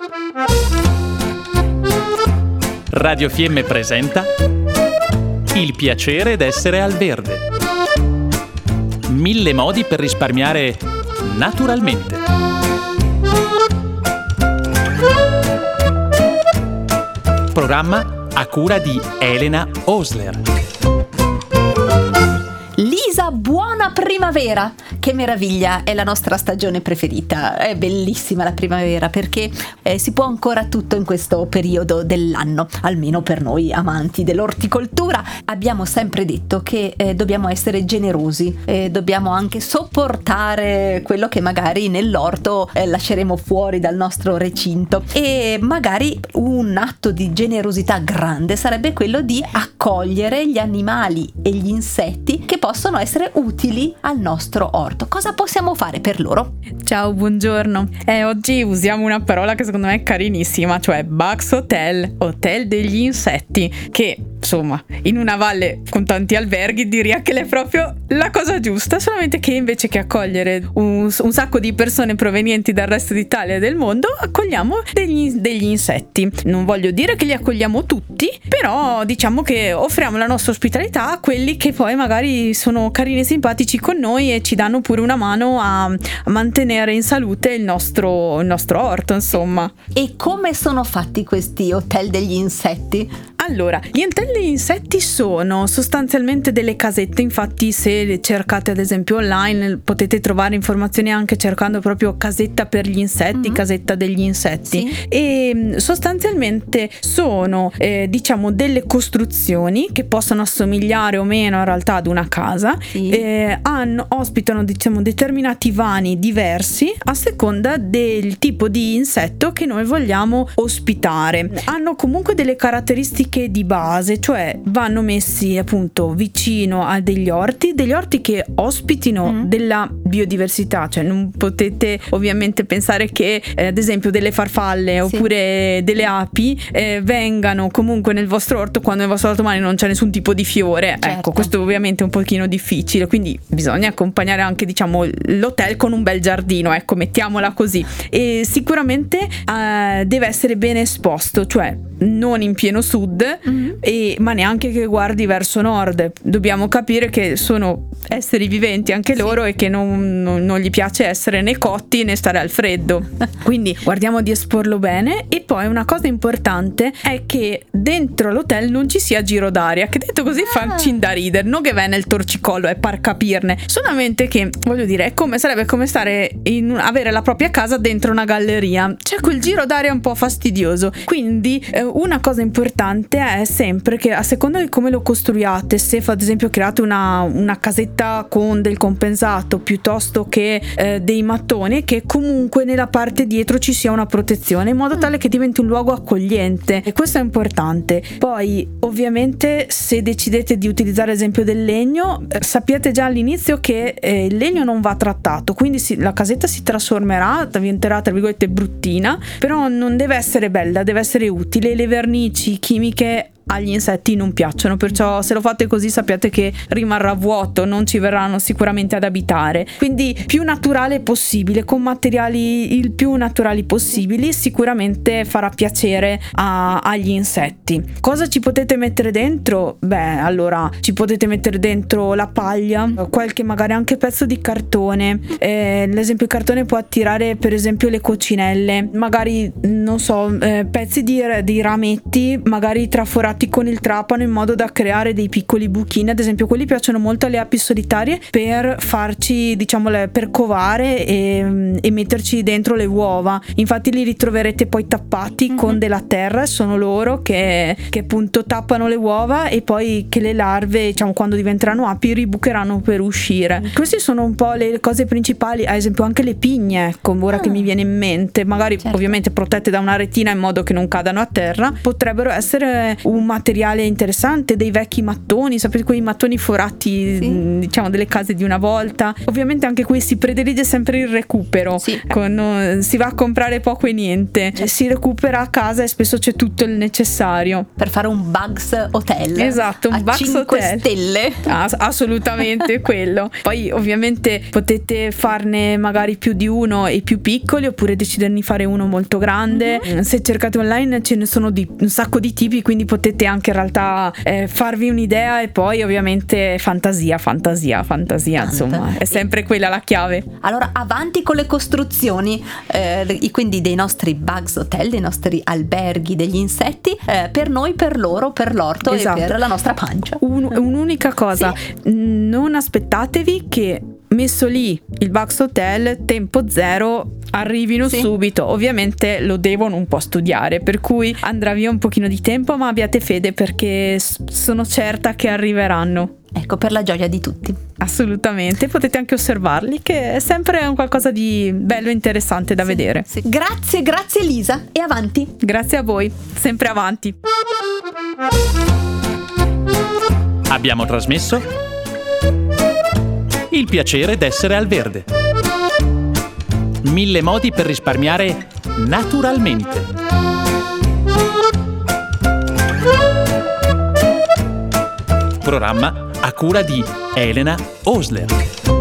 Radio Fiemme presenta Il piacere d'essere al verde. 1000 modi per risparmiare naturalmente. Programma a cura di Elena Osler. Lisa, buona primavera! Che meraviglia, è la nostra stagione preferita, è bellissima la primavera perché si può ancora tutto in questo periodo dell'anno, almeno per noi amanti dell'orticoltura. Abbiamo sempre detto che dobbiamo essere generosi, dobbiamo anche sopportare quello che magari nell'orto lasceremo fuori dal nostro recinto, e magari un atto di generosità grande sarebbe quello di accogliere gli animali e gli insetti che possono essere utili al nostro orto. Cosa possiamo fare per loro? Ciao, buongiorno. Oggi usiamo una parola che secondo me è carinissima, cioè Bugs Hotel, hotel degli insetti, che insomma in una valle con tanti alberghi direi che è proprio la cosa giusta, solamente che invece che accogliere un sacco di persone provenienti dal resto d'Italia e del mondo, accogliamo degli insetti. Non voglio dire che li accogliamo tutti, però diciamo che offriamo la nostra ospitalità a quelli che poi magari sono carini e simpatici con noi e ci danno pure una mano a mantenere in salute il nostro orto, insomma. E come sono fatti questi hotel degli insetti? Allora, gli hotel degli insetti sono sostanzialmente delle casette, infatti se cercate ad esempio online potete trovare informazioni anche cercando proprio casetta per gli insetti, casetta degli insetti, sì. E sostanzialmente sono diciamo delle costruzioni che possono assomigliare o meno in realtà ad una casa, sì. Ospitano diciamo determinati vani diversi a seconda del tipo di insetto che noi vogliamo ospitare. Hanno comunque delle caratteristiche di base, cioè vanno messi appunto vicino a degli orti che ospitino della biodiversità, cioè non potete ovviamente pensare che ad esempio delle farfalle oppure delle api vengano comunque nel vostro orto quando nel vostro orto magari non c'è nessun tipo di fiore. Certo. Ecco, questo ovviamente è un pochino difficile, quindi bisogna accompagnare anche diciamo l'hotel con un bel giardino, ecco, mettiamola così, e sicuramente deve essere ben esposto, cioè non in pieno sud, ma neanche che guardi verso nord. Dobbiamo capire che sono esseri viventi anche loro e che non gli piace essere né cotti né stare al freddo. Quindi guardiamo di esporlo bene. E poi una cosa importante è che dentro l'hotel non ci sia giro d'aria, che detto così fa da ridere, non che vai nel torcicollo par capirne, solamente che voglio dire sarebbe come stare avere la propria casa dentro una galleria, c'è quel giro d'aria un po' fastidioso. Quindi una cosa importante è sempre che a seconda di come lo costruiate, se ad esempio create una casetta con del compensato piuttosto che dei mattoni, che comunque nella parte dietro ci sia una protezione in modo tale che diventi un luogo accogliente, e questo è importante. Poi ovviamente se decidete di utilizzare ad esempio del legno, sappiate già all'inizio che il legno non va trattato, quindi la casetta si trasformerà, diventerà tra virgolette bruttina, però non deve essere bella, deve essere utile. Le vernici chimiche agli insetti non piacciono, perciò se lo fate così sappiate che rimarrà vuoto, non ci verranno sicuramente ad abitare. Quindi più naturale possibile, con materiali il più naturali possibili, sicuramente farà piacere agli insetti. Cosa ci potete mettere dentro? Allora ci potete mettere dentro la paglia, qualche magari anche pezzo di cartone. L'esempio il cartone può attirare per esempio le coccinelle, magari non so, pezzi di rametti magari traforati con il trapano in modo da creare dei piccoli buchini. Ad esempio quelli piacciono molto alle api solitarie per farci diciamo per covare e metterci dentro le uova. Infatti li ritroverete poi tappati con della terra, e sono loro che appunto tappano le uova e poi che le larve diciamo quando diventeranno api ribucheranno per uscire. Queste sono un po' le cose principali. Ad esempio anche le pigne, ecco, ora che mi viene in mente, magari ovviamente protette da una retina in modo che non cadano a terra, potrebbero essere un materiale interessante, dei vecchi mattoni, sapete, quei mattoni forati, Sì. diciamo delle case di una volta. Ovviamente anche qui si predilige sempre il recupero, Sì. Si va a comprare poco e niente, si recupera a casa e spesso c'è tutto il necessario. Per fare un Bugs Hotel. Esatto, un a Bugs 5 Hotel. stelle. Assolutamente quello. Poi ovviamente potete farne magari più di uno e più piccoli, oppure decidere di fare uno molto grande. Se cercate online ce ne sono un sacco di tipi, quindi potete anche in realtà farvi un'idea, e poi ovviamente fantasia, insomma, è sempre quella la chiave. Allora avanti con le costruzioni, quindi dei nostri Bugs Hotel, dei nostri alberghi degli insetti, per noi, per loro, per l'orto, Esatto. e per la nostra pancia. Un'unica cosa, non aspettatevi che messo lì il Bugs Hotel tempo zero arrivino Sì. subito. Ovviamente lo devono un po' studiare, per cui andrà via un pochino di tempo, ma abbiate fede, perché sono certa che arriveranno. Ecco, per la gioia di tutti. Assolutamente, potete anche osservarli, che è sempre un qualcosa di bello e interessante da vedere. Sì. Grazie Elisa, e avanti. Grazie a voi, sempre avanti. Abbiamo trasmesso Il piacere d'essere al verde. 1000 modi per risparmiare naturalmente. Programma a cura di Elena Osler.